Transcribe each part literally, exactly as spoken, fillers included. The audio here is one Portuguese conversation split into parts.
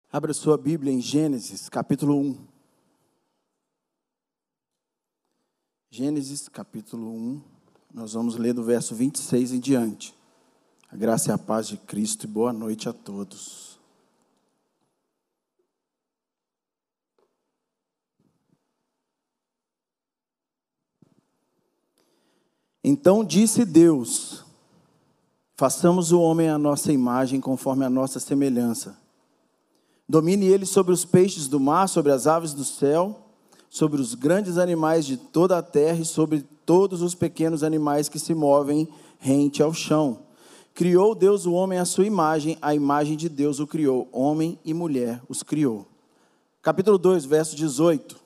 Abra sua Bíblia em Gênesis, capítulo um. Gênesis, capítulo um. Nós vamos ler do verso vinte e seis em diante. A graça e a paz de Cristo e boa noite a todos. Então disse Deus: façamos o homem à nossa imagem, conforme a nossa semelhança. Domine ele sobre os peixes do mar, sobre as aves do céu, sobre os grandes animais de toda a terra e sobre todos os pequenos animais que se movem rente ao chão. Criou Deus o homem à sua imagem, a imagem de Deus o criou, homem e mulher os criou. Capítulo dois, verso dezoito.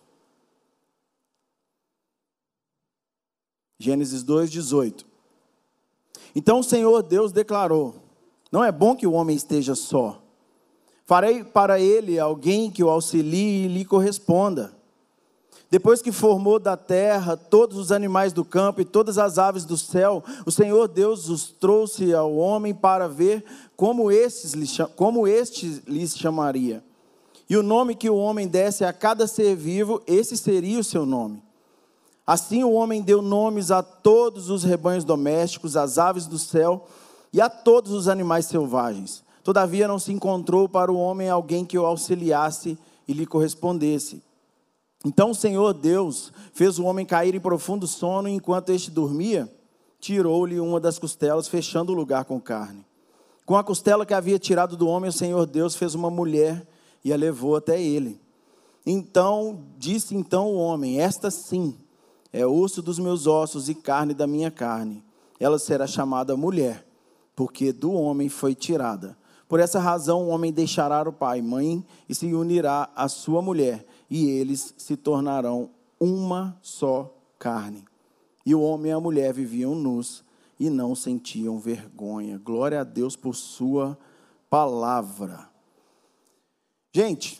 Gênesis dois, dezoito. Então o Senhor Deus declarou: não é bom que o homem esteja só. Farei para ele alguém que o auxilie e lhe corresponda. Depois que formou da terra todos os animais do campo e todas as aves do céu, o Senhor Deus os trouxe ao homem para ver como, estes, como este lhes chamaria. E o nome que o homem desse a cada ser vivo, esse seria o seu nome. Assim o homem deu nomes a todos os rebanhos domésticos, às aves do céu e a todos os animais selvagens. Todavia não se encontrou para o homem alguém que o auxiliasse e lhe correspondesse. Então o Senhor Deus fez o homem cair em profundo sono, e enquanto este dormia, tirou-lhe uma das costelas, fechando o lugar com carne. Com a costela que havia tirado do homem, o Senhor Deus fez uma mulher e a levou até ele. Então disse então o homem: esta sim é osso dos meus ossos e carne da minha carne. Ela será chamada mulher, porque do homem foi tirada. Por essa razão o homem deixará o pai e mãe e se unirá à sua mulher, e eles se tornarão uma só carne. E o homem e a mulher viviam nus e não sentiam vergonha. Glória a Deus por sua palavra. Gente,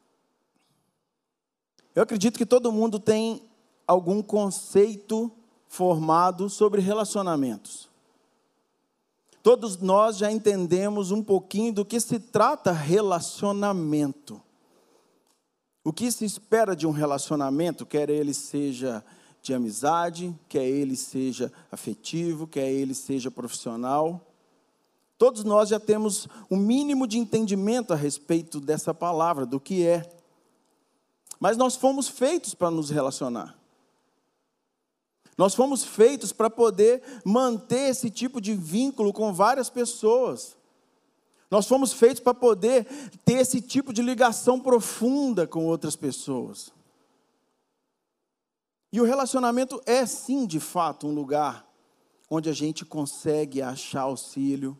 eu acredito que todo mundo tem algum conceito formado sobre relacionamentos. Todos nós já entendemos um pouquinho do que se trata relacionamento. O que se espera de um relacionamento, quer ele seja de amizade, quer ele seja afetivo, quer ele seja profissional. Todos nós já temos um mínimo de entendimento a respeito dessa palavra, do que é. Mas nós fomos feitos para nos relacionar. Nós fomos feitos para poder manter esse tipo de vínculo com várias pessoas. Nós fomos feitos para poder ter esse tipo de ligação profunda com outras pessoas. E o relacionamento é sim, de fato, um lugar onde a gente consegue achar auxílio.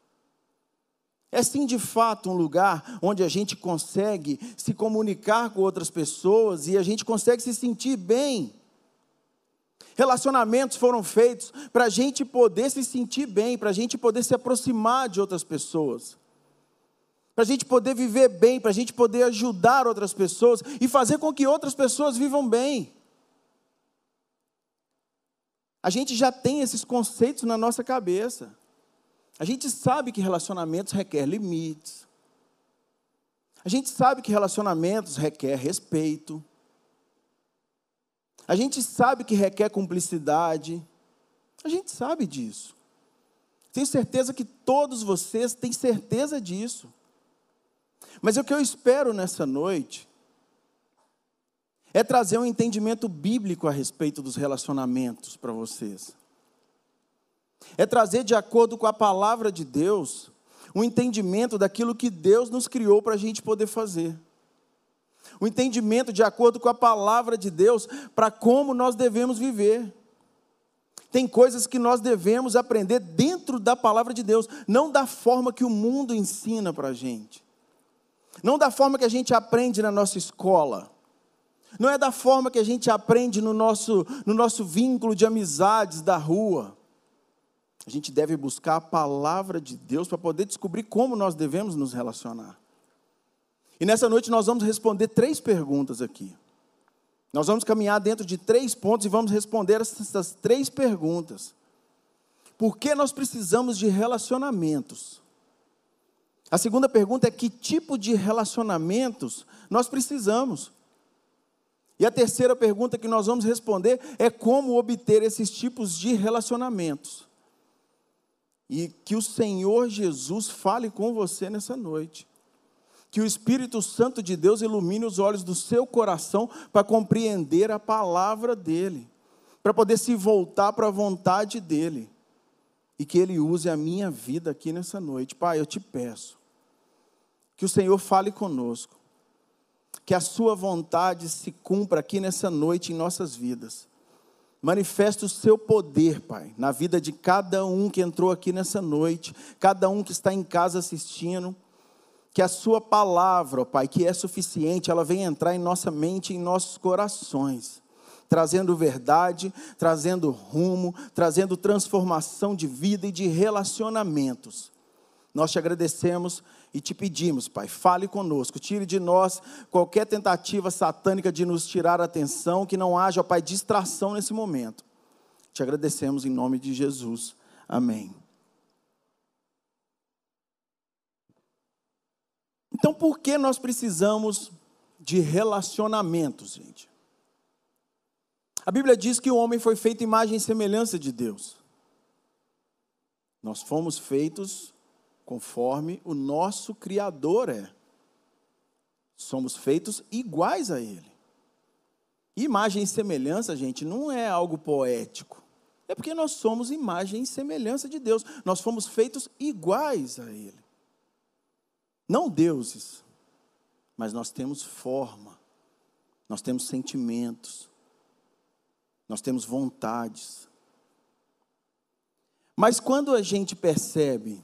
É sim, de fato, um lugar onde a gente consegue se comunicar com outras pessoas e a gente consegue se sentir bem. Relacionamentos foram feitos para a gente poder se sentir bem, para a gente poder se aproximar de outras pessoas, para a gente poder viver bem, para a gente poder ajudar outras pessoas e fazer com que outras pessoas vivam bem. A gente já tem esses conceitos na nossa cabeça. A gente sabe que relacionamentos requer limites. A gente sabe que relacionamentos requer respeito. A gente sabe que requer cumplicidade. A gente sabe disso. Tenho certeza que todos vocês têm certeza disso. Mas o que eu espero nessa noite é trazer um entendimento bíblico a respeito dos relacionamentos para vocês. É trazer, de acordo com a palavra de Deus, um entendimento daquilo que Deus nos criou para a gente poder fazer. O entendimento de acordo com a palavra de Deus para como nós devemos viver. Tem coisas que nós devemos aprender dentro da palavra de Deus, não da forma que o mundo ensina para a gente. Não da forma que a gente aprende na nossa escola. Não é da forma que a gente aprende no nosso, no nosso vínculo de amizades da rua. A gente deve buscar a palavra de Deus para poder descobrir como nós devemos nos relacionar. E nessa noite nós vamos responder três perguntas aqui. Nós vamos caminhar dentro de três pontos e vamos responder essas três perguntas. Por que nós precisamos de relacionamentos? A segunda pergunta é: que tipo de relacionamentos nós precisamos? E a terceira pergunta que nós vamos responder é: como obter esses tipos de relacionamentos? E que o Senhor Jesus fale com você nessa noite. Que o Espírito Santo de Deus ilumine os olhos do seu coração para compreender a palavra dEle, para poder se voltar para a vontade dEle. E que Ele use a minha vida aqui nessa noite. Pai, eu te peço que o Senhor fale conosco, que a sua vontade se cumpra aqui nessa noite em nossas vidas. Manifesta o seu poder, Pai, na vida de cada um que entrou aqui nessa noite, cada um que está em casa assistindo. Que a sua palavra, Pai, que é suficiente, ela venha entrar em nossa mente, em nossos corações, trazendo verdade, trazendo rumo, trazendo transformação de vida e de relacionamentos. Nós te agradecemos e te pedimos, Pai, fale conosco, tire de nós qualquer tentativa satânica de nos tirar a atenção, que não haja, Pai, distração nesse momento. Te agradecemos em nome de Jesus. Amém. Então, por que nós precisamos de relacionamentos, gente? A Bíblia diz que o homem foi feito imagem e semelhança de Deus. Nós fomos feitos conforme o nosso Criador é. Somos feitos iguais a Ele. Imagem e semelhança, gente, não é algo poético. É porque nós somos imagem e semelhança de Deus. Nós fomos feitos iguais a Ele. Não deuses, mas nós temos forma, nós temos sentimentos, nós temos vontades. Mas quando a gente percebe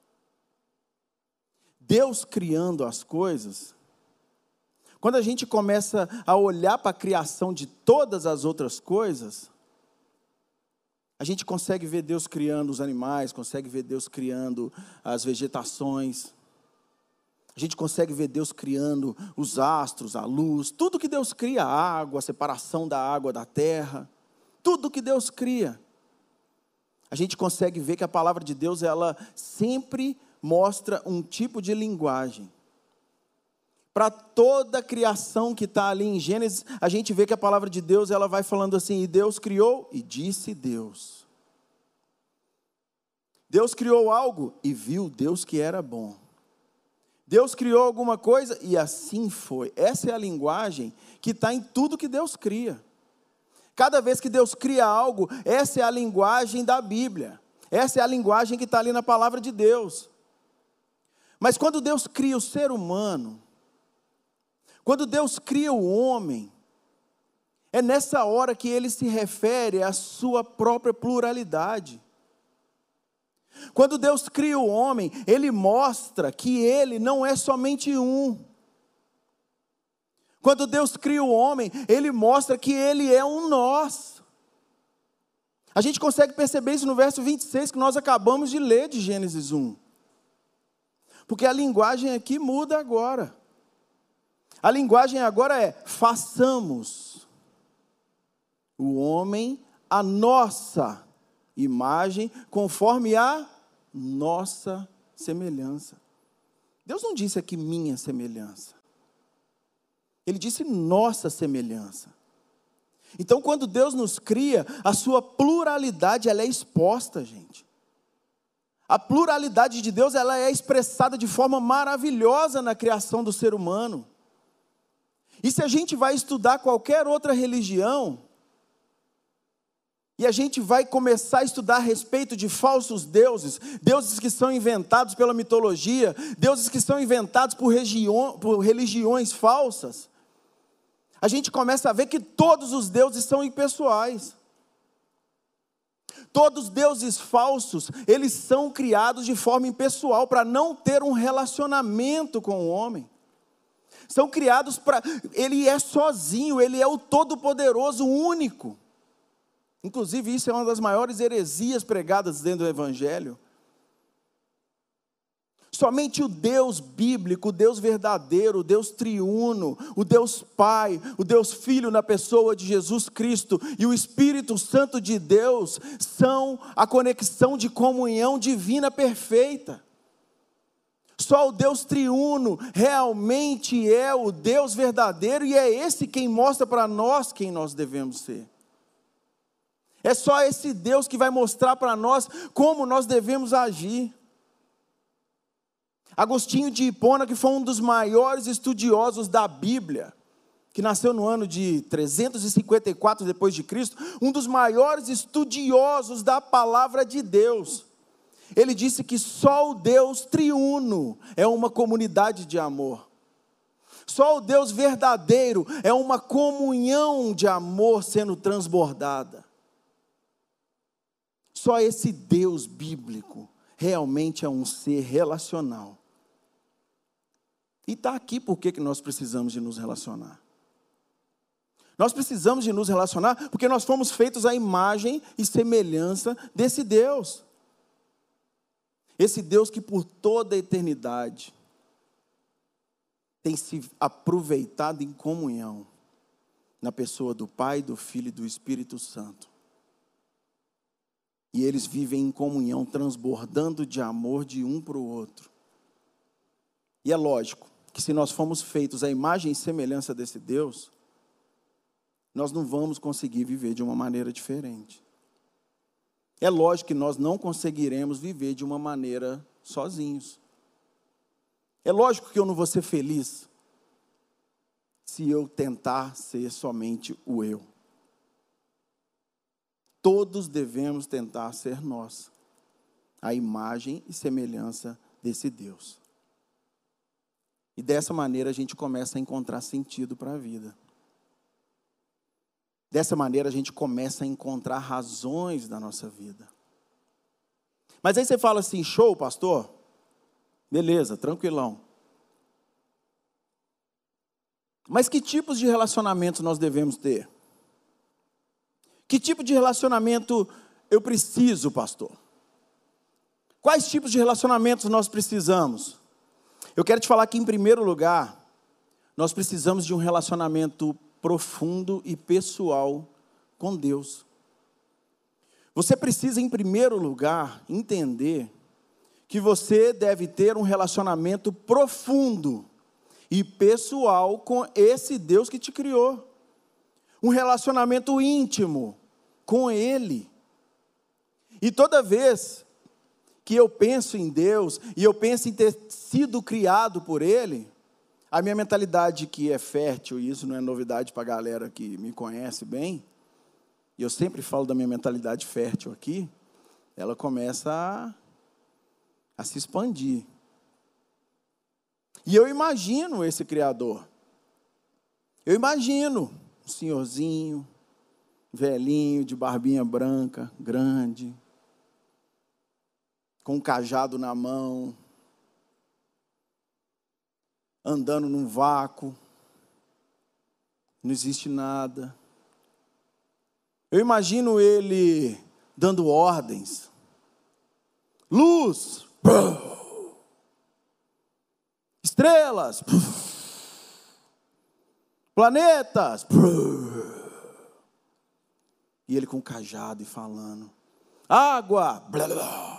Deus criando as coisas, quando a gente começa a olhar para a criação de todas as outras coisas, a gente consegue ver Deus criando os animais, consegue ver Deus criando as vegetações, a gente consegue ver Deus criando os astros, a luz, tudo que Deus cria, a água, a separação da água da terra, tudo que Deus cria. A gente consegue ver que a palavra de Deus, ela sempre mostra um tipo de linguagem. Para toda a criação que está ali em Gênesis, a gente vê que a palavra de Deus, ela vai falando assim: e Deus criou, e disse Deus. Deus criou algo, e viu Deus que era bom. Deus criou alguma coisa, e assim foi. Essa é a linguagem que está em tudo que Deus cria. Cada vez que Deus cria algo, essa é a linguagem da Bíblia. Essa é a linguagem que está ali na palavra de Deus. Mas quando Deus cria o ser humano, quando Deus cria o homem, é nessa hora que Ele se refere à sua própria pluralidade. Quando Deus cria o homem, Ele mostra que Ele não é somente um. Quando Deus cria o homem, Ele mostra que Ele é um nós. A gente consegue perceber isso no verso vinte e seis que nós acabamos de ler de Gênesis um. Porque a linguagem aqui muda agora. A linguagem agora é: façamos o homem a nossa imagem, conforme a nossa semelhança. Deus não disse aqui minha semelhança. Ele disse nossa semelhança. Então, quando Deus nos cria, a sua pluralidade, ela é exposta, gente. A pluralidade de Deus, ela é expressada de forma maravilhosa na criação do ser humano. E se a gente vai estudar qualquer outra religião, e a gente vai começar a estudar a respeito de falsos deuses, deuses que são inventados pela mitologia, deuses que são inventados por, região, por religiões falsas, a gente começa a ver que todos os deuses são impessoais. Todos os deuses falsos, eles são criados de forma impessoal, para não ter um relacionamento com o homem. São criados para... Ele é sozinho, Ele é o todo-poderoso, único. Inclusive, isso é uma das maiores heresias pregadas dentro do Evangelho. Somente o Deus bíblico, o Deus verdadeiro, o Deus triuno, o Deus Pai, o Deus Filho na pessoa de Jesus Cristo e o Espírito Santo de Deus são a conexão de comunhão divina perfeita. Só o Deus triuno realmente é o Deus verdadeiro, e é esse quem mostra para nós quem nós devemos ser. É só esse Deus que vai mostrar para nós como nós devemos agir. Agostinho de Hipona, que foi um dos maiores estudiosos da Bíblia, que nasceu no ano de trezentos e cinquenta e quatro depois de Cristo, um dos maiores estudiosos da palavra de Deus. Ele disse que só o Deus triuno é uma comunidade de amor. Só o Deus verdadeiro é uma comunhão de amor sendo transbordada. Só esse Deus bíblico realmente é um ser relacional. E está aqui por que nós precisamos de nos relacionar. Nós precisamos de nos relacionar porque nós fomos feitos à imagem e semelhança desse Deus. Esse Deus que por toda a eternidade tem se aproveitado em comunhão na pessoa do Pai, do Filho e do Espírito Santo. E eles vivem em comunhão, transbordando de amor de um para o outro. E é lógico que se nós formos feitos à imagem e semelhança desse Deus, nós não vamos conseguir viver de uma maneira diferente. É lógico que nós não conseguiremos viver de uma maneira sozinhos. É lógico que eu não vou ser feliz se eu tentar ser somente o eu. Todos devemos tentar ser nós, a imagem e semelhança desse Deus. E dessa maneira a gente começa a encontrar sentido para a vida. Dessa maneira a gente começa a encontrar razões da nossa vida. Mas aí você fala assim, show, pastor? Beleza, tranquilão. Mas que tipos de relacionamentos nós devemos ter? Que tipo de relacionamento eu preciso, pastor? Quais tipos de relacionamentos nós precisamos? Eu quero te falar que, em primeiro lugar, nós precisamos de um relacionamento profundo e pessoal com Deus. Você precisa, em primeiro lugar, entender que você deve ter um relacionamento profundo e pessoal com esse Deus que te criou. Um relacionamento íntimo com Ele. E toda vez que eu penso em Deus, e eu penso em ter sido criado por Ele, a minha mentalidade que é fértil, e isso não é novidade para a galera que me conhece bem, e eu sempre falo da minha mentalidade fértil aqui, ela começa a, a se expandir. E eu imagino esse Criador. Eu imagino um senhorzinho, velhinho, de barbinha branca, grande, com um cajado na mão, andando num vácuo, não existe nada. Eu imagino ele dando ordens. Luz, estrelas, planetas, e ele com o cajado e falando, água, blá, blá.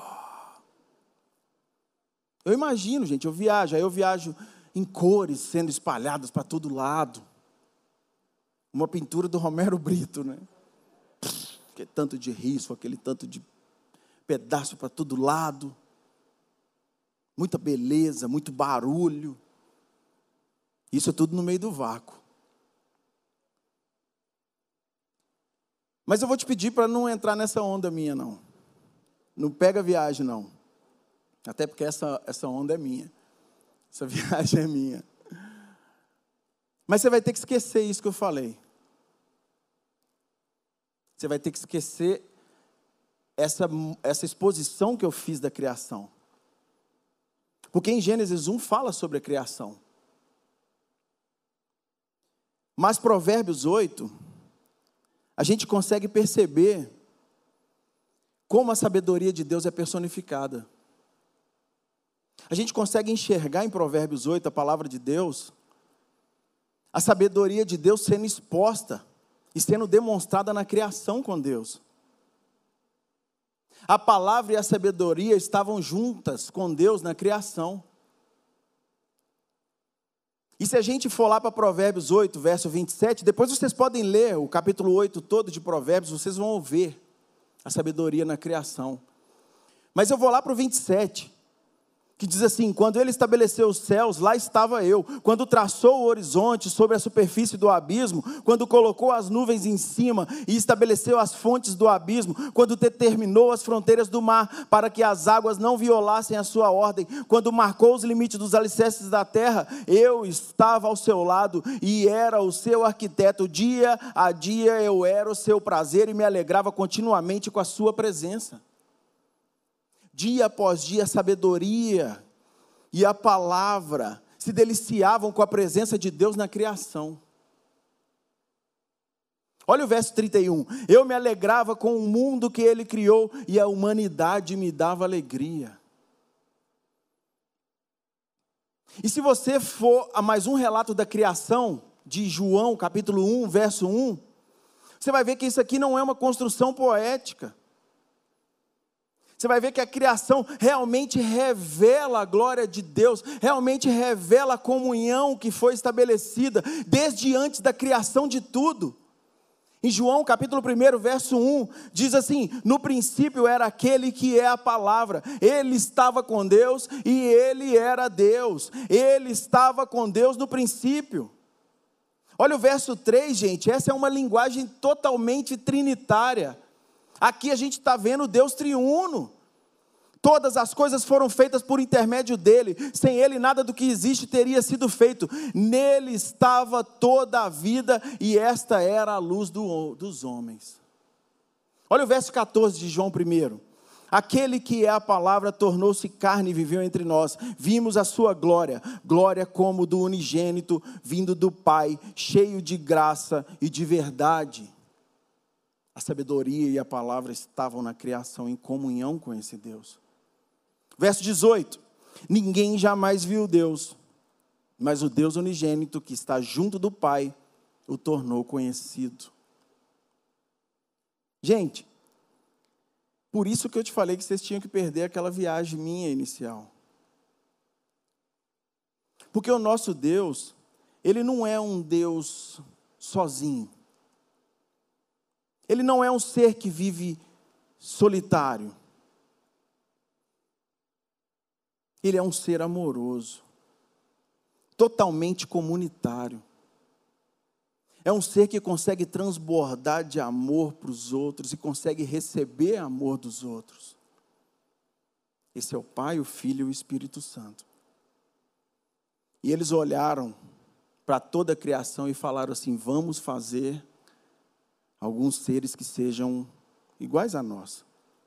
Eu imagino, gente, eu viajo, aí eu viajo em cores sendo espalhadas para todo lado. Uma pintura do Romero Brito, né? Aquele tanto de risco, aquele tanto de pedaço para todo lado. Muita beleza, muito barulho. Isso é tudo no meio do vácuo. Mas eu vou te pedir para não entrar nessa onda minha, não. Não pega a viagem, não. Até porque essa, essa onda é minha. Essa viagem é minha. Mas você vai ter que esquecer isso que eu falei. Você vai ter que esquecer essa, essa exposição que eu fiz da criação. Porque em Gênesis um fala sobre a criação. Mas Provérbios oito, a gente consegue perceber como a sabedoria de Deus é personificada. A gente consegue enxergar em Provérbios oito, a palavra de Deus, a sabedoria de Deus sendo exposta e sendo demonstrada na criação com Deus. A palavra e a sabedoria estavam juntas com Deus na criação. E se a gente for lá para Provérbios oito, verso vinte e sete, depois vocês podem ler o capítulo oito todo de Provérbios, vocês vão ver a sabedoria na criação. Mas eu vou lá para o vinte e sete, que diz assim: quando ele estabeleceu os céus, lá estava eu. Quando traçou o horizonte sobre a superfície do abismo, quando colocou as nuvens em cima e estabeleceu as fontes do abismo, quando determinou as fronteiras do mar, para que as águas não violassem a sua ordem, quando marcou os limites dos alicerces da terra, eu estava ao seu lado e era o seu arquiteto. Dia a dia eu era o seu prazer e me alegrava continuamente com a sua presença. Dia após dia, a sabedoria e a palavra se deliciavam com a presença de Deus na criação. Olha o verso trinta e um. Eu me alegrava com o mundo que ele criou e a humanidade me dava alegria. E se você for a mais um relato da criação, de João, capítulo um, verso um, você vai ver que isso aqui não é uma construção poética. Você vai ver que a criação realmente revela a glória de Deus, realmente revela a comunhão que foi estabelecida desde antes da criação de tudo. Em João capítulo um, verso um, diz assim: no princípio era aquele que é a palavra, ele estava com Deus e ele era Deus, ele estava com Deus no princípio. Olha o verso três, gente, essa é uma linguagem totalmente trinitária. Aqui a gente está vendo Deus triuno. Todas as coisas foram feitas por intermédio dele. Sem ele nada do que existe teria sido feito. Nele estava toda a vida e esta era a luz do, dos homens. Olha o verso catorze de João um. Aquele que é a palavra tornou-se carne e viveu entre nós. Vimos a sua glória, glória como do unigênito, vindo do Pai, cheio de graça e de verdade. A sabedoria e a palavra estavam na criação em comunhão com esse Deus. Verso dezoito. Ninguém jamais viu Deus, mas o Deus unigênito que está junto do Pai o tornou conhecido. Gente, por isso que eu te falei que vocês tinham que perder aquela viagem minha inicial. Porque o nosso Deus, ele não é um Deus sozinho. Ele não é um ser que vive solitário. Ele é um ser amoroso, totalmente comunitário. É um ser que consegue transbordar de amor para os outros e consegue receber amor dos outros. Esse é o Pai, o Filho e o Espírito Santo. E eles olharam para toda a criação e falaram assim: vamos fazer alguns seres que sejam iguais a nós.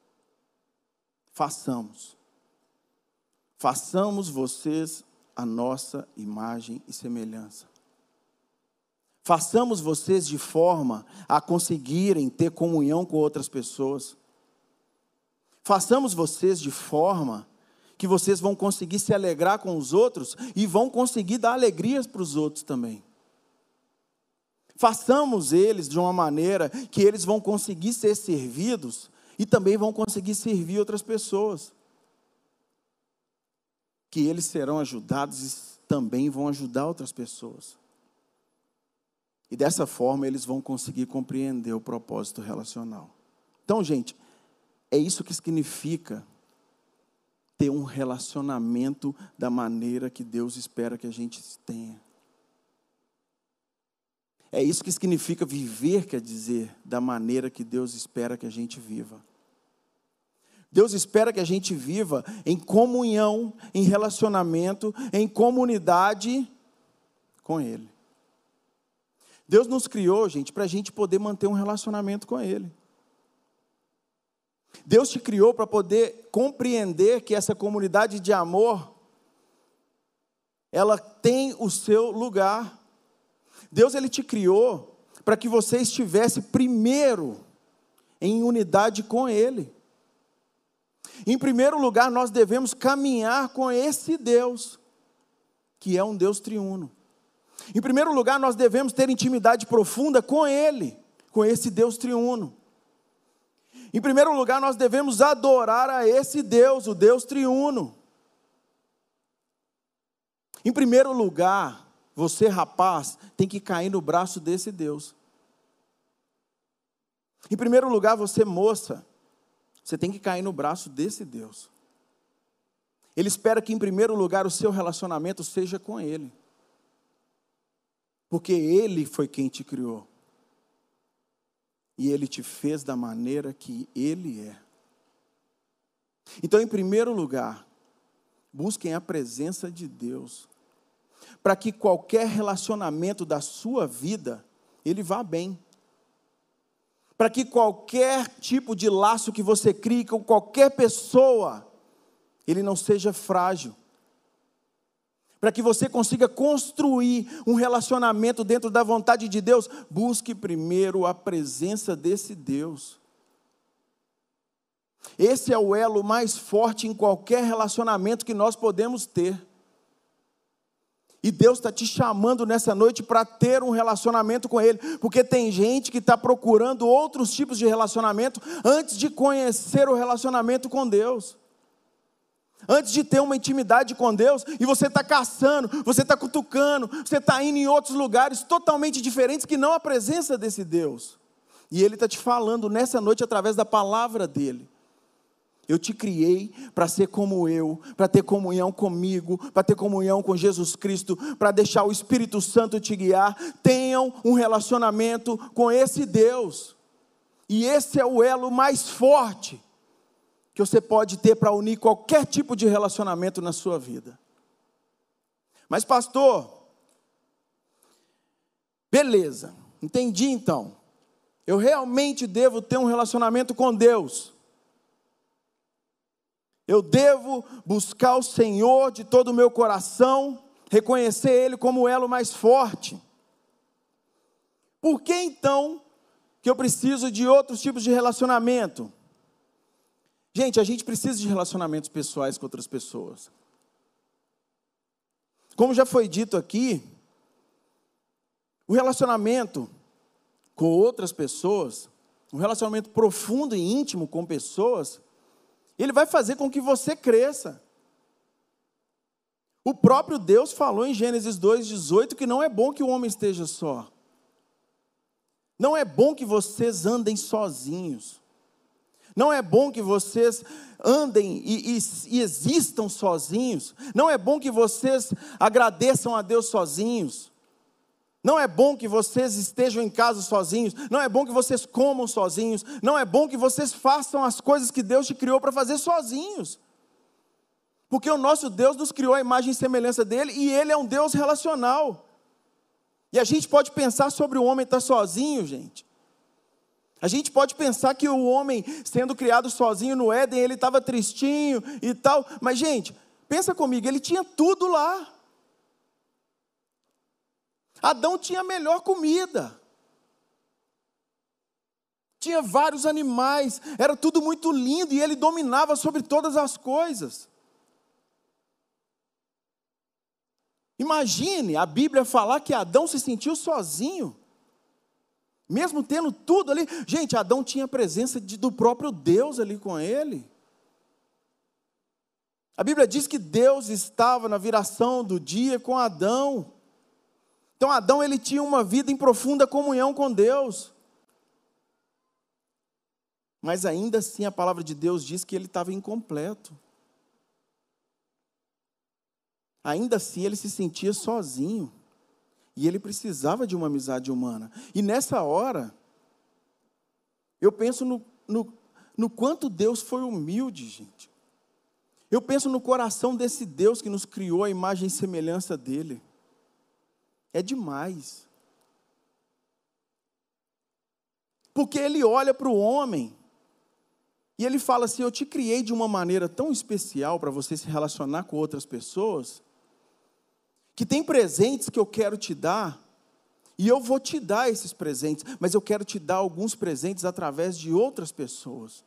Façamos. Façamos vocês a nossa imagem e semelhança. Façamos vocês de forma a conseguirem ter comunhão com outras pessoas. Façamos vocês de forma que vocês vão conseguir se alegrar com os outros e vão conseguir dar alegrias para os outros também. Façamos eles de uma maneira que eles vão conseguir ser servidos e também vão conseguir servir outras pessoas. Que eles serão ajudados e também vão ajudar outras pessoas. E dessa forma eles vão conseguir compreender o propósito relacional. Então, gente, é isso que significa ter um relacionamento da maneira que Deus espera que a gente tenha. É isso que significa viver, quer dizer, da maneira que Deus espera que a gente viva. Deus espera que a gente viva em comunhão, em relacionamento, em comunidade com Ele. Deus nos criou, gente, para a gente poder manter um relacionamento com Ele. Deus te criou para poder compreender que essa comunidade de amor, ela tem o seu lugar. Deus, Ele te criou para que você estivesse primeiro em unidade com Ele. Em primeiro lugar, nós devemos caminhar com esse Deus, que é um Deus triuno. Em primeiro lugar, nós devemos ter intimidade profunda com Ele, com esse Deus triuno. Em primeiro lugar, nós devemos adorar a esse Deus, o Deus triuno. Em primeiro lugar, você, rapaz, tem que cair no braço desse Deus. Em primeiro lugar, você, moça, você tem que cair no braço desse Deus. Ele espera que, em primeiro lugar, o seu relacionamento seja com Ele. Porque Ele foi quem te criou. E Ele te fez da maneira que Ele é. Então, em primeiro lugar, busquem a presença de Deus, para que qualquer relacionamento da sua vida, ele vá bem. Para que qualquer tipo de laço que você crie com qualquer pessoa, ele não seja frágil. Para que você consiga construir um relacionamento dentro da vontade de Deus, busque primeiro a presença desse Deus. Esse é o elo mais forte em qualquer relacionamento que nós podemos ter. E Deus está te chamando nessa noite para ter um relacionamento com Ele, porque tem gente que está procurando outros tipos de relacionamento antes de conhecer o relacionamento com Deus. Antes de ter uma intimidade com Deus, e você está caçando, você está cutucando, você está indo em outros lugares totalmente diferentes que não a presença desse Deus. E Ele está te falando nessa noite através da palavra dEle. Eu te criei para ser como eu, para ter comunhão comigo, para ter comunhão com Jesus Cristo, para deixar o Espírito Santo te guiar. Tenham um relacionamento com esse Deus. E esse é o elo mais forte que você pode ter para unir qualquer tipo de relacionamento na sua vida. Mas pastor, beleza, entendi então. Eu realmente devo ter um relacionamento com Deus. Eu devo buscar o Senhor de todo o meu coração, reconhecer Ele como o elo mais forte. Por que então que eu preciso de outros tipos de relacionamento? Gente, a gente precisa de relacionamentos pessoais com outras pessoas. Como já foi dito aqui, o relacionamento com outras pessoas, um relacionamento profundo e íntimo com pessoas, ele vai fazer com que você cresça. O próprio Deus falou em Gênesis dois, dezoito que não é bom que o homem esteja só. Não é bom que vocês andem sozinhos. Não é bom que vocês andem e, e, e existam sozinhos. Não é bom que vocês agradeçam a Deus sozinhos. Não é bom que vocês estejam em casa sozinhos. Não é bom que vocês comam sozinhos. Não é bom que vocês façam as coisas que Deus te criou para fazer sozinhos. Porque o nosso Deus nos criou a imagem e semelhança dele, e Ele é um Deus relacional. E a gente pode pensar sobre o homem estar sozinho, gente. A gente pode pensar que o homem, sendo criado sozinho no Éden, ele estava tristinho e tal. Mas, gente, pensa comigo, ele tinha tudo lá. Adão tinha a melhor comida. Tinha vários animais, era tudo muito lindo e ele dominava sobre todas as coisas. Imagine a Bíblia falar que Adão se sentiu sozinho, mesmo tendo tudo ali. Gente, Adão tinha a presença de, do próprio Deus ali com ele. A Bíblia diz que Deus estava na viração do dia com Adão. Então Adão, ele tinha uma vida em profunda comunhão com Deus. Mas ainda assim a palavra de Deus diz que ele estava incompleto. Ainda assim ele se sentia sozinho. E ele precisava de uma amizade humana. E nessa hora, eu penso no, no, no quanto Deus foi humilde, gente. Eu penso no coração desse Deus que nos criou a imagem e semelhança dele. É demais. Porque ele olha para o homem e ele fala assim: eu te criei de uma maneira tão especial para você se relacionar com outras pessoas, que tem presentes que eu quero te dar, e eu vou te dar esses presentes, mas eu quero te dar alguns presentes através de outras pessoas.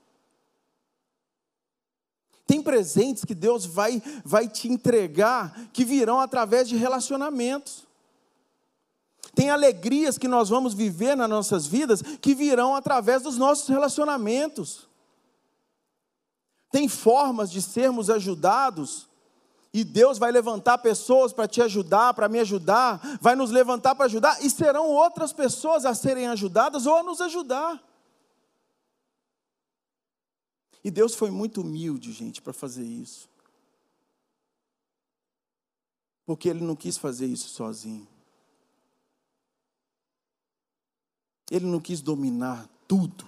Tem presentes que Deus vai, vai te entregar, que virão através de relacionamentos. Tem alegrias que nós vamos viver nas nossas vidas, que virão através dos nossos relacionamentos. Tem formas de sermos ajudados, E Deus vai levantar pessoas para te ajudar, para me ajudar, vai nos levantar para ajudar, e serão outras pessoas a serem ajudadas ou a nos ajudar. E Deus foi muito humilde, gente, para fazer isso. Porque Ele não quis fazer isso sozinho. Ele não quis dominar tudo.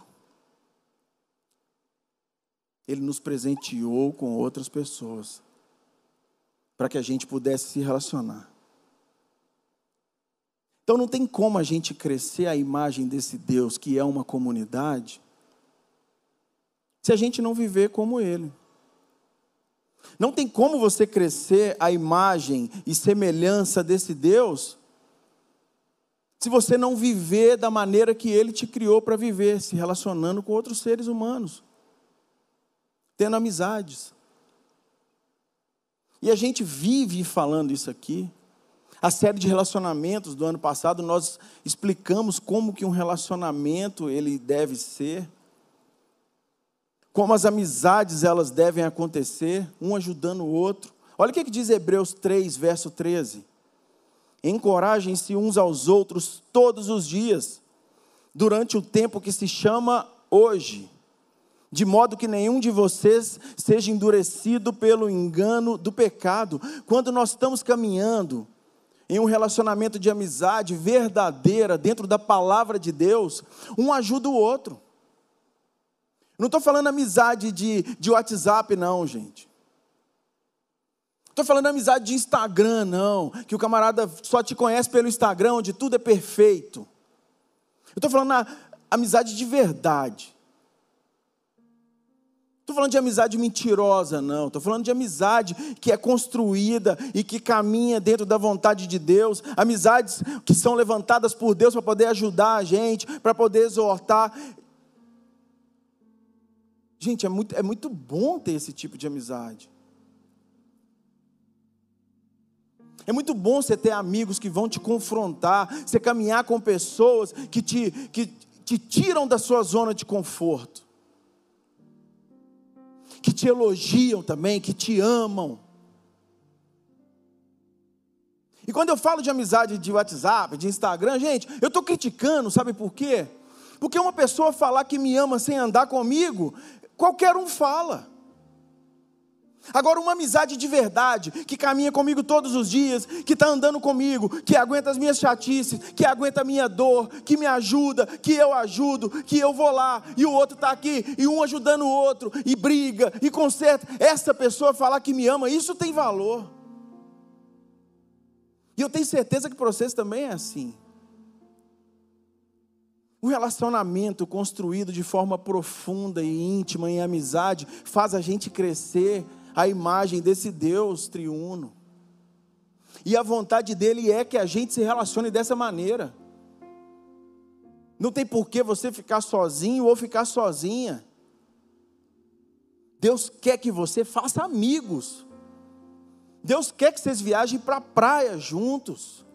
Ele nos presenteou com outras pessoas, para que a gente pudesse se relacionar. Então não tem como a gente crescer a imagem desse Deus, que é uma comunidade, se a gente não viver como Ele. Não tem como você crescer a imagem e semelhança desse Deus, se você não viver da maneira que Ele te criou para viver, se relacionando com outros seres humanos, tendo amizades. E a gente vive falando isso aqui. A série de relacionamentos do ano passado, nós explicamos como que um relacionamento ele deve ser, como as amizades elas devem acontecer, um ajudando o outro. Olha o que diz Hebreus três, verso treze. Encorajem-se uns aos outros todos os dias, durante o tempo que se chama hoje, de modo que nenhum de vocês seja endurecido pelo engano do pecado. Quando nós estamos caminhando em um relacionamento de amizade verdadeira, dentro da palavra de Deus, um ajuda o outro. Não estou falando amizade de, de WhatsApp não, gente. Estou falando amizade de Instagram não, que o camarada só te conhece pelo Instagram, onde tudo é perfeito. Eu estou falando na amizade de verdade. Estou falando de amizade mentirosa, não. Estou falando de amizade que é construída e que caminha dentro da vontade de Deus. Amizades que são levantadas por Deus para poder ajudar a gente, para poder exortar. Gente, é muito, é muito bom ter esse tipo de amizade. É muito bom você ter amigos que vão te confrontar, você caminhar com pessoas que te, que te tiram da sua zona de conforto, que te elogiam também, que te amam. E quando eu falo de amizade de WhatsApp, de Instagram, gente, eu estou criticando, sabe por quê? Porque uma pessoa falar que me ama sem andar comigo, qualquer um fala. Agora uma amizade de verdade, que caminha comigo todos os dias, que está andando comigo, que aguenta as minhas chatices, que aguenta a minha dor, que me ajuda, que eu ajudo, que eu vou lá, e o outro está aqui, e um ajudando o outro, e briga, e conserta. Essa pessoa falar que me ama, isso tem valor. E eu tenho certeza que para vocês também é assim. Um relacionamento construído de forma profunda e íntima em amizade, faz a gente crescer a imagem desse Deus triuno. E a vontade dele é que a gente se relacione dessa maneira. Não tem por que você ficar sozinho ou ficar sozinha. Deus quer que você faça amigos. Deus quer que vocês viajem para a praia juntos.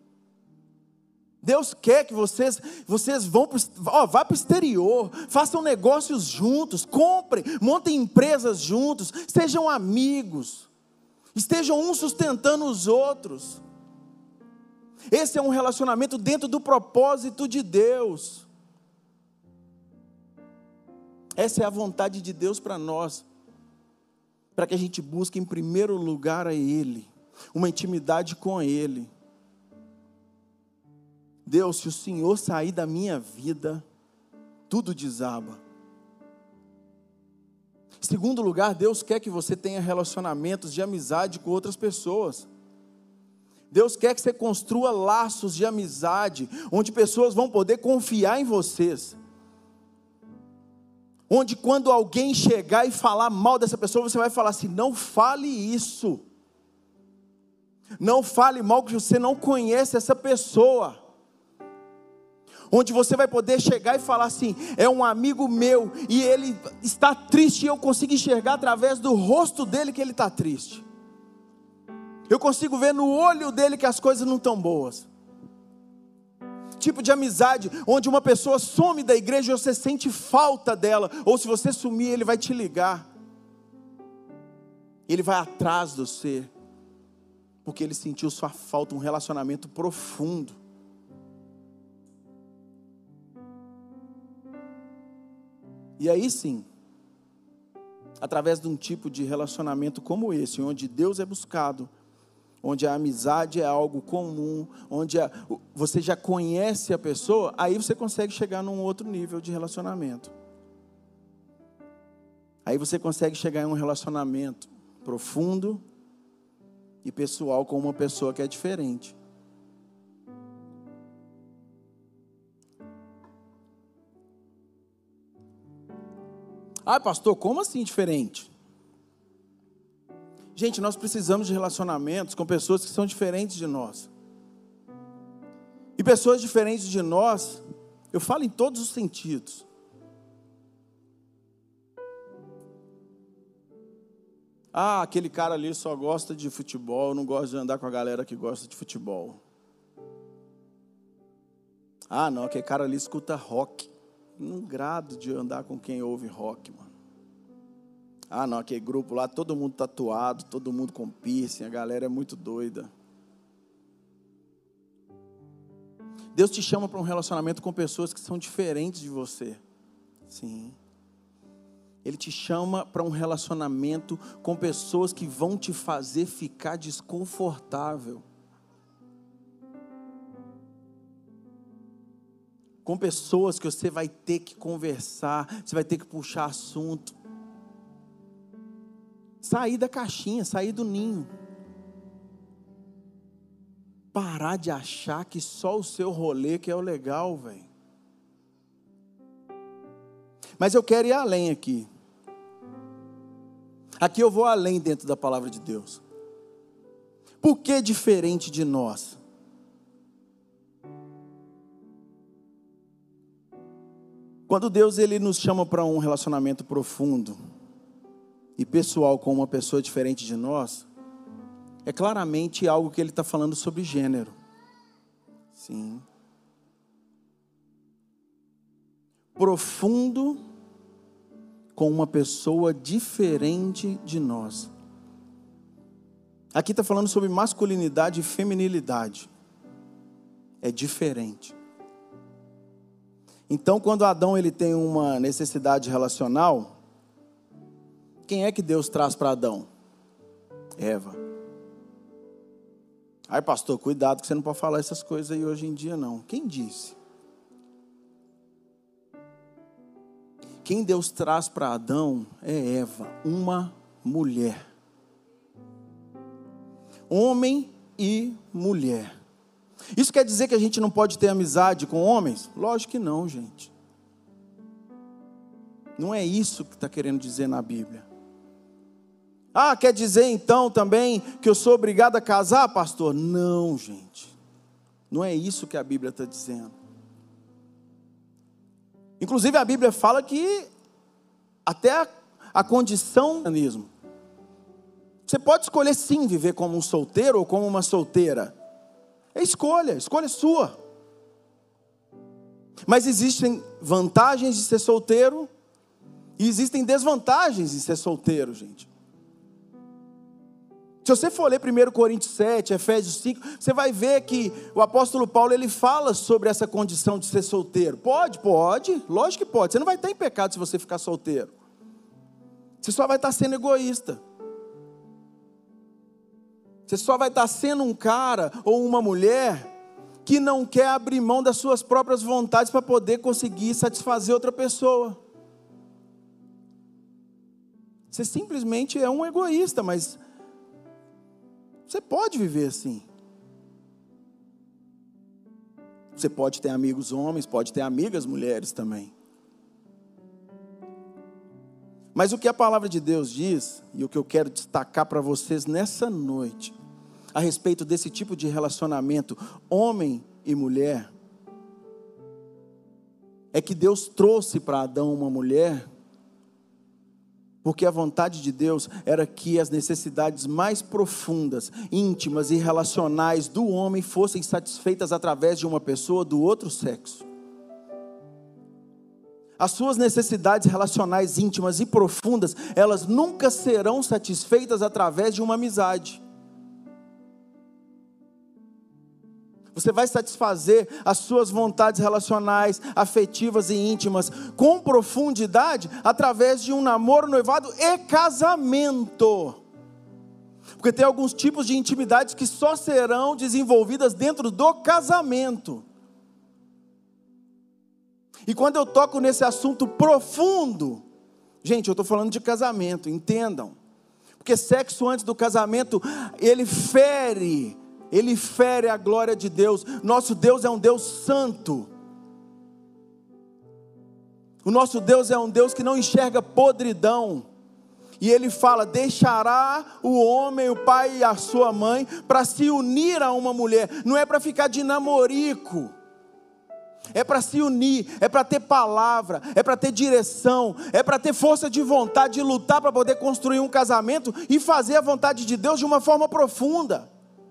Deus quer que vocês, vocês vão para ó, vá para o exterior, façam negócios juntos, comprem, montem empresas juntos, sejam amigos, estejam uns sustentando os outros. Esse é um relacionamento dentro do propósito de Deus. Essa é a vontade de Deus para nós, para que a gente busque em primeiro lugar a Ele, uma intimidade com Ele. Deus, se o Senhor sair da minha vida, tudo desaba. Em segundo lugar, Deus quer que você tenha relacionamentos de amizade com outras pessoas. Deus quer que você construa laços de amizade, onde pessoas vão poder confiar em vocês. Onde quando alguém chegar e falar mal dessa pessoa, você vai falar assim, não fale isso. Não fale mal, que você não conhece essa pessoa. Onde você vai poder chegar e falar assim, é um amigo meu, e ele está triste, e eu consigo enxergar através do rosto dele que ele está triste. Eu consigo ver no olho dele que as coisas não estão boas. Tipo de amizade, onde uma pessoa some da igreja e você sente falta dela, ou se você sumir, ele vai te ligar. Ele vai atrás de você, porque ele sentiu sua falta, um relacionamento profundo. E aí sim, através de um tipo de relacionamento como esse, onde Deus é buscado, onde a amizade é algo comum, onde a, você já conhece a pessoa, aí você consegue chegar num outro nível de relacionamento. Aí você consegue chegar em um relacionamento profundo e pessoal com uma pessoa que é diferente. Ah, pastor, como assim diferente? Gente, nós precisamos de relacionamentos com pessoas que são diferentes de nós. E pessoas diferentes de nós, eu falo em todos os sentidos. Ah, aquele cara ali só gosta de futebol, não gosta de andar com a galera que gosta de futebol. Ah, não, aquele cara ali escuta rock. Não grado de andar com quem ouve rock, mano. Ah, não, aquele grupo lá, todo mundo tatuado, todo mundo com piercing, a galera é muito doida. Deus te chama para um relacionamento com pessoas que são diferentes de você. Sim. Ele te chama para um relacionamento com pessoas que vão te fazer ficar desconfortável. Com pessoas que você vai ter que conversar, você vai ter que puxar assunto. Sair da caixinha, sair do ninho. Parar de achar que só o seu rolê que é o legal, velho. Mas eu quero ir além aqui. Aqui eu vou além dentro da palavra de Deus. Por que diferente de nós? Quando Deus ele nos chama para um relacionamento profundo e pessoal com uma pessoa diferente de nós, é claramente algo que Ele está falando sobre gênero. Sim. Profundo com uma pessoa diferente de nós. Aqui está falando sobre masculinidade e feminilidade. É diferente. Então, quando Adão ele tem uma necessidade relacional, quem é que Deus traz para Adão? Eva. Ai, pastor, cuidado que você não pode falar essas coisas aí hoje em dia, não. Quem disse? Quem Deus traz para Adão é Eva, uma mulher. Homem e mulher. Isso quer dizer que a gente não pode ter amizade com homens? Lógico que não, gente. Não é isso que está querendo dizer na Bíblia. Ah, quer dizer então também que eu sou obrigado a casar, pastor? Não, gente. Não é isso que a Bíblia está dizendo. Inclusive a Bíblia fala que até a, a condição do mesmo. Você pode escolher sim viver como um solteiro ou como uma solteira. É escolha, escolha sua. Mas existem vantagens de ser solteiro e existem desvantagens de ser solteiro, gente. Se você for ler primeiro Coríntios sete, Efésios cinco, você vai ver que o apóstolo Paulo, ele fala sobre essa condição de ser solteiro. Pode? Pode, lógico que pode. Você não vai estar em pecado se você ficar solteiro. Você só vai estar sendo egoísta. Você só vai estar sendo um cara ou uma mulher que não quer abrir mão das suas próprias vontades para poder conseguir satisfazer outra pessoa. Você simplesmente é um egoísta, mas você pode viver assim. Você pode ter amigos homens, pode ter amigas mulheres também. Mas o que a palavra de Deus diz, e o que eu quero destacar para vocês nessa noite, a respeito desse tipo de relacionamento, homem e mulher, é que Deus trouxe para Adão uma mulher, porque a vontade de Deus era que as necessidades mais profundas, íntimas e relacionais do homem fossem satisfeitas através de uma pessoa do outro sexo. As suas necessidades relacionais íntimas e profundas, elas nunca serão satisfeitas através de uma amizade. Você vai satisfazer as suas vontades relacionais, afetivas e íntimas com profundidade através de um namoro, noivado e casamento. Porque tem alguns tipos de intimidades que só serão desenvolvidas dentro do casamento. E quando eu toco nesse assunto profundo, gente, eu estou falando de casamento, entendam. Porque sexo antes do casamento, ele fere, ele fere a glória de Deus. Nosso Deus é um Deus santo. O nosso Deus é um Deus que não enxerga podridão. E Ele fala, deixará o homem, o pai e a sua mãe, para se unir a uma mulher. Não é para ficar de namorico. É para se unir, é para ter palavra, é para ter direção, é para ter força de vontade de lutar para poder construir um casamento e fazer a vontade de Deus de uma forma profunda.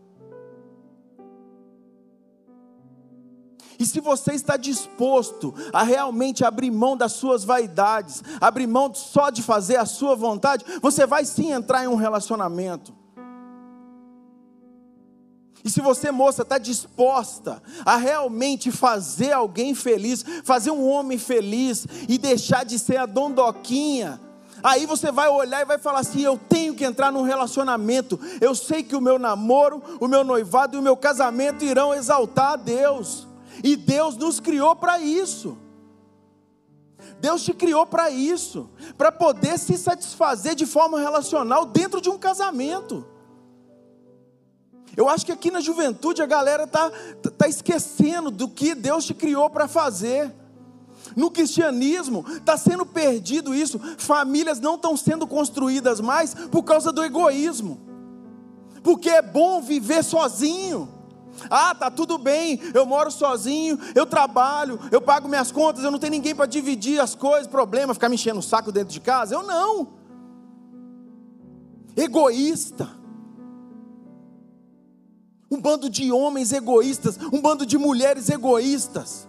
E se você está disposto a realmente abrir mão das suas vaidades, abrir mão só de fazer a sua vontade, você vai sim entrar em um relacionamento. E se você, moça, está disposta a realmente fazer alguém feliz, fazer um homem feliz e deixar de ser a dondoquinha, aí você vai olhar e vai falar assim, eu tenho que entrar num relacionamento, eu sei que o meu namoro, o meu noivado e o meu casamento irão exaltar a Deus, e Deus nos criou para isso. Deus te criou para isso, para poder se satisfazer de forma relacional dentro de um casamento. Eu acho que aqui na juventude a galera está tá esquecendo do que Deus te criou para fazer. No cristianismo está sendo perdido isso. Famílias não estão sendo construídas mais por causa do egoísmo. Porque é bom viver sozinho. Ah, tá tudo bem, eu moro sozinho, eu trabalho, eu pago minhas contas, eu não tenho ninguém para dividir as coisas, problema, ficar me enchendo o saco dentro de casa. Eu não. Egoísta. Um bando de homens egoístas, um bando de mulheres egoístas.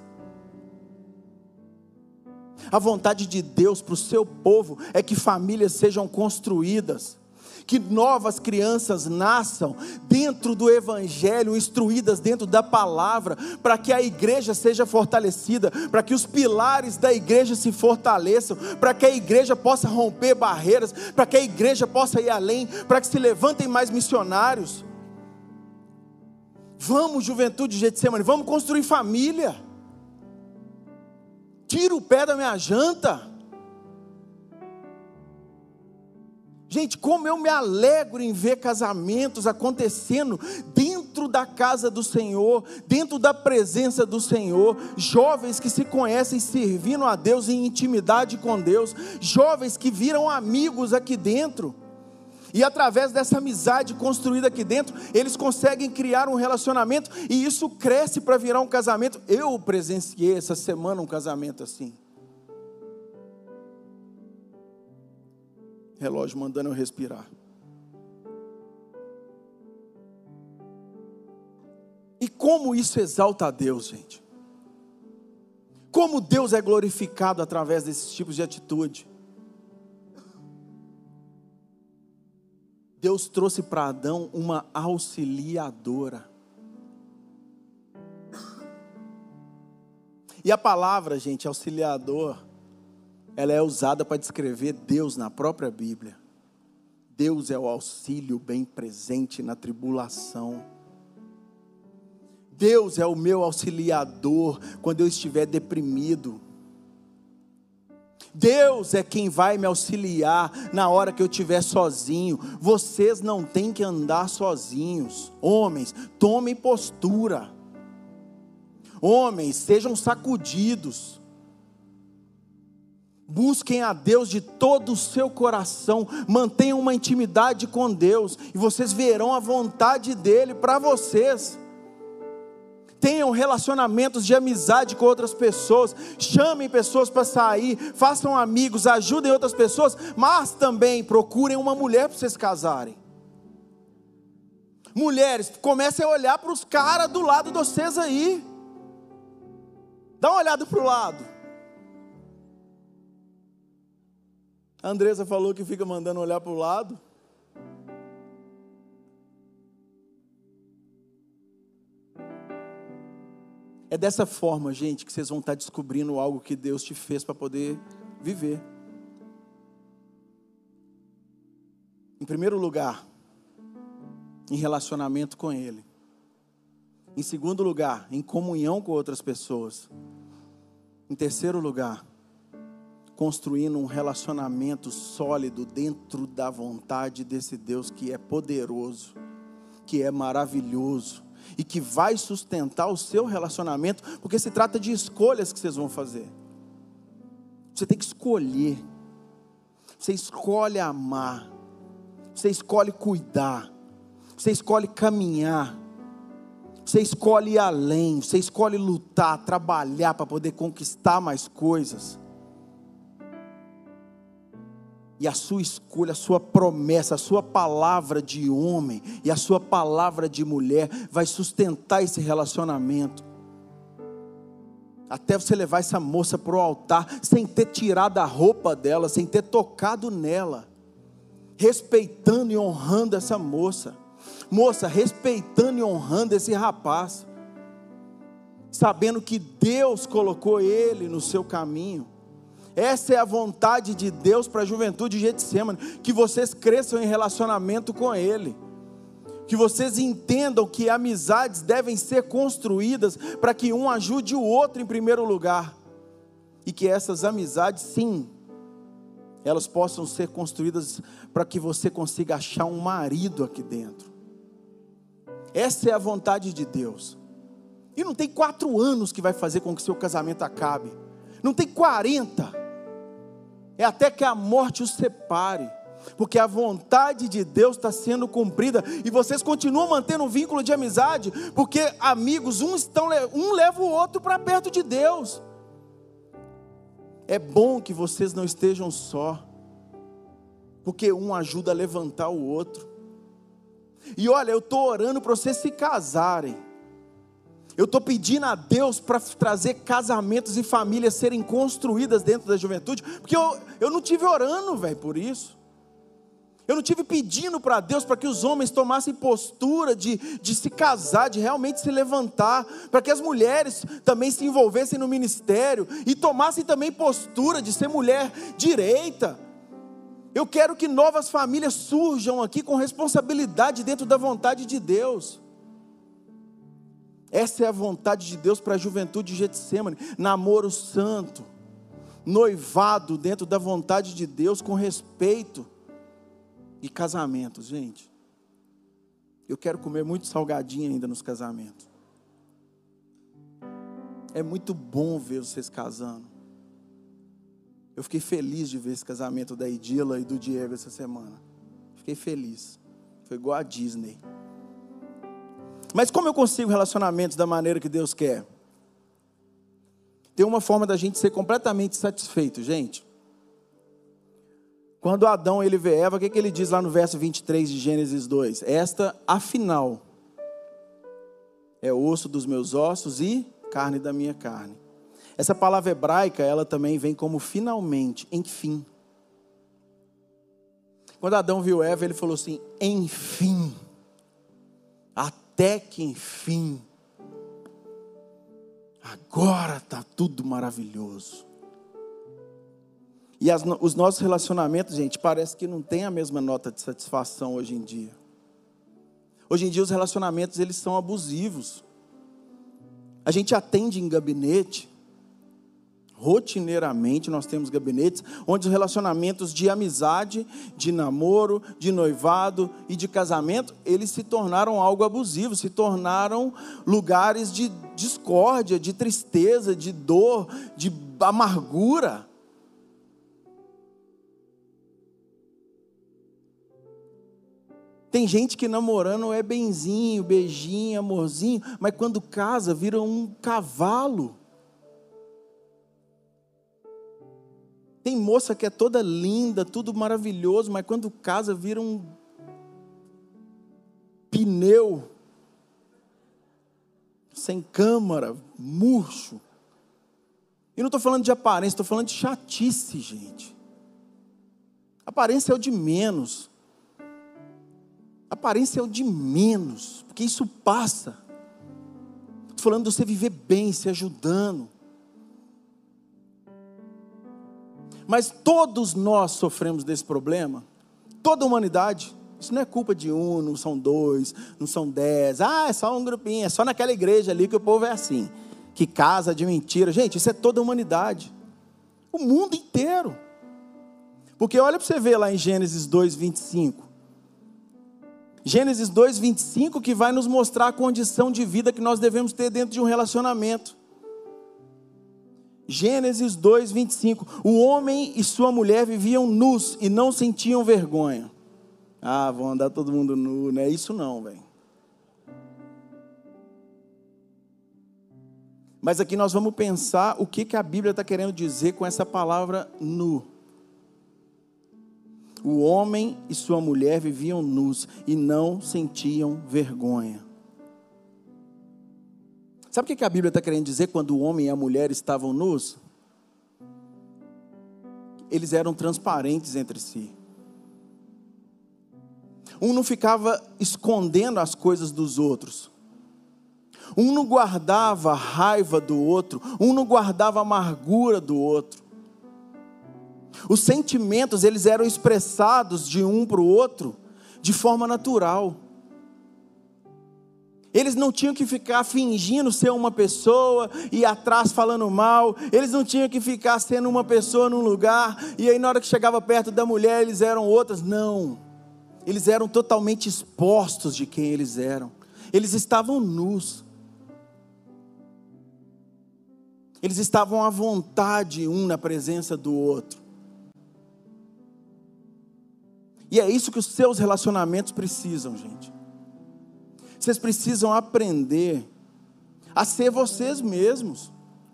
A vontade de Deus para o seu povo é que famílias sejam construídas, que novas crianças nasçam dentro do Evangelho, instruídas dentro da palavra, para que a igreja seja fortalecida, para que os pilares da igreja se fortaleçam, para que a igreja possa romper barreiras, para que a igreja possa ir além, para que se levantem mais missionários. Vamos, juventude de Getsemane, vamos construir família. Tira o pé da minha janta. Gente, como eu me alegro em ver casamentos acontecendo dentro da casa do Senhor, dentro da presença do Senhor, jovens que se conhecem servindo a Deus em intimidade com Deus, jovens que viram amigos aqui dentro, e através dessa amizade construída aqui dentro, eles conseguem criar um relacionamento, e isso cresce para virar um casamento. Eu presenciei essa semana um casamento assim. Relógio mandando eu respirar. E como isso exalta a Deus, gente? Como Deus é glorificado através desses tipos de atitude? Deus trouxe para Adão uma auxiliadora. E a palavra, gente, auxiliador, ela é usada para descrever Deus na própria Bíblia. Deus é o auxílio bem presente na tribulação. Deus é o meu auxiliador quando eu estiver deprimido. Deus é quem vai me auxiliar na hora que eu estiver sozinho. Vocês não têm que andar sozinhos. Homens, tomem postura. Homens, sejam sacudidos. Busquem a Deus de todo o seu coração, mantenham uma intimidade com Deus, e vocês verão a vontade dEle para vocês. Tenham relacionamentos de amizade com outras pessoas, chamem pessoas para sair, façam amigos, ajudem outras pessoas, mas também procurem uma mulher para vocês casarem. Mulheres, comecem a olhar para os caras do lado de vocês aí. Dá uma olhada para o lado. A Andressa falou que fica mandando olhar para o lado. É dessa forma, gente, que vocês vão estar descobrindo algo que Deus te fez para poder viver. Em primeiro lugar, em relacionamento com Ele. Em segundo lugar, em comunhão com outras pessoas. Em terceiro lugar, construindo um relacionamento sólido dentro da vontade desse Deus que é poderoso, que é maravilhoso e que vai sustentar o seu relacionamento, porque se trata de escolhas que vocês vão fazer. Você tem que escolher. Você escolhe amar. Você escolhe cuidar. Você escolhe caminhar. Você escolhe ir além. Você escolhe lutar, trabalhar para poder conquistar mais coisas. E a sua escolha, a sua promessa, a sua palavra de homem e a sua palavra de mulher vai sustentar esse relacionamento. Até você levar essa moça para o altar, sem ter tirado a roupa dela, sem ter tocado nela. Respeitando e honrando essa moça. Moça, respeitando e honrando esse rapaz. Sabendo que Deus colocou ele no seu caminho. Essa é a vontade de Deus para a juventude de Getsêmani, que vocês cresçam em relacionamento com Ele, que vocês entendam que amizades devem ser construídas para que um ajude o outro em primeiro lugar, e que essas amizades, sim, elas possam ser construídas para que você consiga achar um marido aqui dentro. Essa é a vontade de Deus, e não tem quatro anos que vai fazer com que seu casamento acabe, não tem quarenta, é até que a morte os separe, porque a vontade de Deus está sendo cumprida, e vocês continuam mantendo um vínculo de amizade, porque amigos, um, estão, um leva o outro para perto de Deus. É bom que vocês não estejam só, porque um ajuda a levantar o outro. E olha, eu estou orando para vocês se casarem. Eu estou pedindo a Deus para trazer casamentos e famílias serem construídas dentro da juventude, porque eu, eu não tive orando, velho, por isso. Eu não tive pedindo para Deus para que os homens tomassem postura de, de se casar, de realmente se levantar, para que as mulheres também se envolvessem no ministério e tomassem também postura de ser mulher direita. Eu quero que novas famílias surjam aqui com responsabilidade dentro da vontade de Deus. Essa é a vontade de Deus para a juventude de Getsêmani. Namoro santo, noivado dentro da vontade de Deus, com respeito. E casamentos, gente. Eu quero comer muito salgadinho ainda nos casamentos. É muito bom ver vocês casando. Eu fiquei feliz de ver esse casamento da Idila e do Diego essa semana. Fiquei feliz. Foi igual a Disney. Mas como eu consigo relacionamentos da maneira que Deus quer? Tem uma forma da gente ser completamente satisfeito, gente. Quando Adão ele vê Eva, o que, que ele diz lá no verso vinte e três de Gênesis dois? Esta, afinal, é osso dos meus ossos e carne da minha carne. Essa palavra hebraica, ela também vem como finalmente, enfim. Quando Adão viu Eva, ele falou assim, enfim. Até que enfim, agora está tudo maravilhoso. E as, os nossos relacionamentos, gente, parece que não tem a mesma nota de satisfação hoje em dia. Hoje em dia os relacionamentos, eles são abusivos. A gente atende em gabinete, rotineiramente nós temos gabinetes onde os relacionamentos de amizade, de namoro, de noivado e de casamento, eles se tornaram algo abusivo, se tornaram lugares de discórdia, de tristeza, de dor, de amargura. Tem gente que namorando é benzinho, beijinho, amorzinho, mas quando casa vira um cavalo. Tem moça que é toda linda, tudo maravilhoso, mas quando casa vira um pneu, sem câmara, murcho. E não estou falando de aparência, estou falando de chatice, gente. Aparência é o de menos. Aparência é o de menos, porque isso passa. estou falando de você viver bem, se ajudando. Mas todos nós sofremos desse problema, toda a humanidade. Isso não é culpa de um, não são dois, não são dez. Ah, é só um grupinho, é só naquela igreja ali que o povo é assim, que casa de mentira. Gente, isso é toda a humanidade, o mundo inteiro. Porque olha para você ver lá em Gênesis dois, vinte e cinco. Gênesis dois, vinte e cinco, que vai nos mostrar a condição de vida que nós devemos ter dentro de um relacionamento. Gênesis dois, vinte e cinco. O homem e sua mulher viviam nus e não sentiam vergonha. Ah, vão andar todo mundo nu, não é isso não, velho. Mas aqui nós vamos pensar o que, que a Bíblia está querendo dizer com essa palavra nu. O homem e sua mulher viviam nus e não sentiam vergonha. Sabe o que, que a Bíblia está querendo dizer quando o homem e a mulher estavam nus? Eles eram transparentes entre si. Um não ficava escondendo as coisas dos outros. Um não guardava raiva do outro. Um não guardava amargura do outro. Os sentimentos, eles eram expressados de um para o outro de forma natural. Eles não tinham que ficar fingindo ser uma pessoa e ir atrás falando mal. Eles não tinham que ficar sendo uma pessoa num lugar e aí na hora que chegava perto da mulher eles eram outras. Não. Eles eram totalmente expostos de quem eles eram. Eles estavam nus. Eles estavam à vontade um na presença do outro. E é isso que os seus relacionamentos precisam, gente. Vocês precisam aprender a ser vocês mesmos.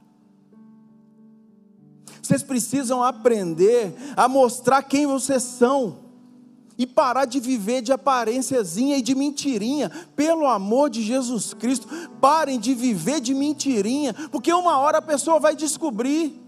Vocês precisam aprender a mostrar quem vocês são. E parar de viver de aparênciazinha e de mentirinha. Pelo amor de Jesus Cristo, parem de viver de mentirinha. Porque uma hora a pessoa vai descobrir.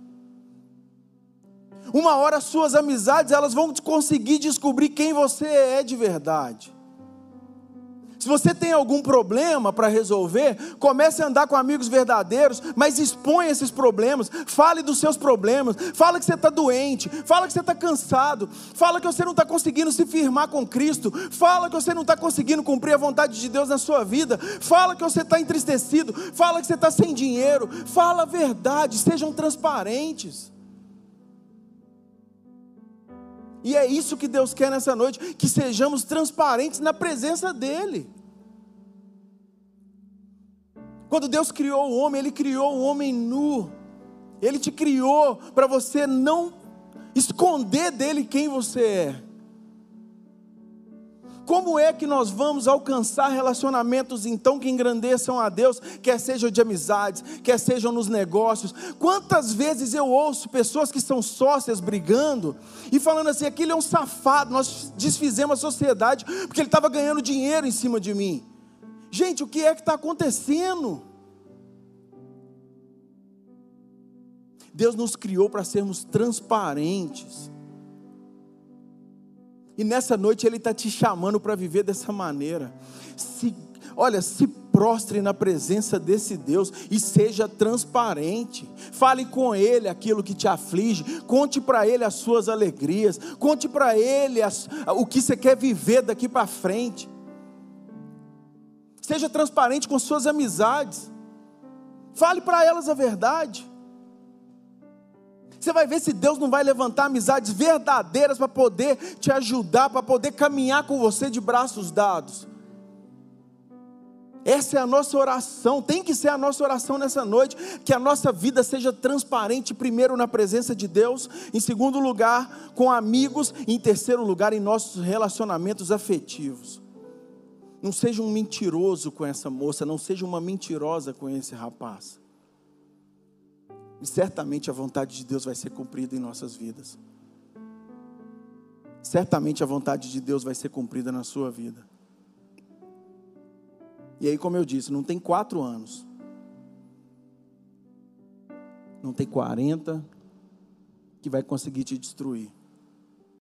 Uma hora as suas amizades, elas vão conseguir descobrir quem você é de verdade. Se você tem algum problema para resolver, comece a andar com amigos verdadeiros, mas exponha esses problemas, fale dos seus problemas, fala que você está doente, fala que você está cansado, fala que você não está conseguindo se firmar com Cristo, fala que você não está conseguindo cumprir a vontade de Deus na sua vida, fala que você está entristecido, fala que você está sem dinheiro, fala a verdade, sejam transparentes. E é isso que Deus quer nessa noite, que sejamos transparentes na presença dEle. Quando Deus criou o homem, Ele criou o homem nu. Ele te criou para você não esconder dEle quem você é. Como é que nós vamos alcançar relacionamentos então que engrandeçam a Deus, quer sejam de amizades, quer sejam nos negócios? Quantas vezes eu ouço pessoas que são sócias brigando e falando assim, aquele é um safado, nós desfizemos a sociedade porque ele estava ganhando dinheiro em cima de mim. Gente, o que é que está acontecendo? Deus nos criou para sermos transparentes. E nessa noite Ele está te chamando para viver dessa maneira. Se, olha, se prostre na presença desse Deus e seja transparente. Fale com Ele aquilo que te aflige. Conte para Ele as suas alegrias. Conte para Ele as, o que você quer viver daqui para frente. Seja transparente com suas amizades. Fale para elas a verdade. Você vai ver se Deus não vai levantar amizades verdadeiras para poder te ajudar, para poder caminhar com você de braços dados. Essa é a nossa oração, tem que ser a nossa oração nessa noite, que a nossa vida seja transparente, primeiro na presença de Deus, em segundo lugar com amigos, e em terceiro lugar em nossos relacionamentos afetivos. Não seja um mentiroso com essa moça, não seja uma mentirosa com esse rapaz. E certamente a vontade de Deus vai ser cumprida em nossas vidas. Certamente a vontade de Deus vai ser cumprida na sua vida. E aí, como eu disse, não tem quatro anos. Não tem quarenta que vai conseguir te destruir.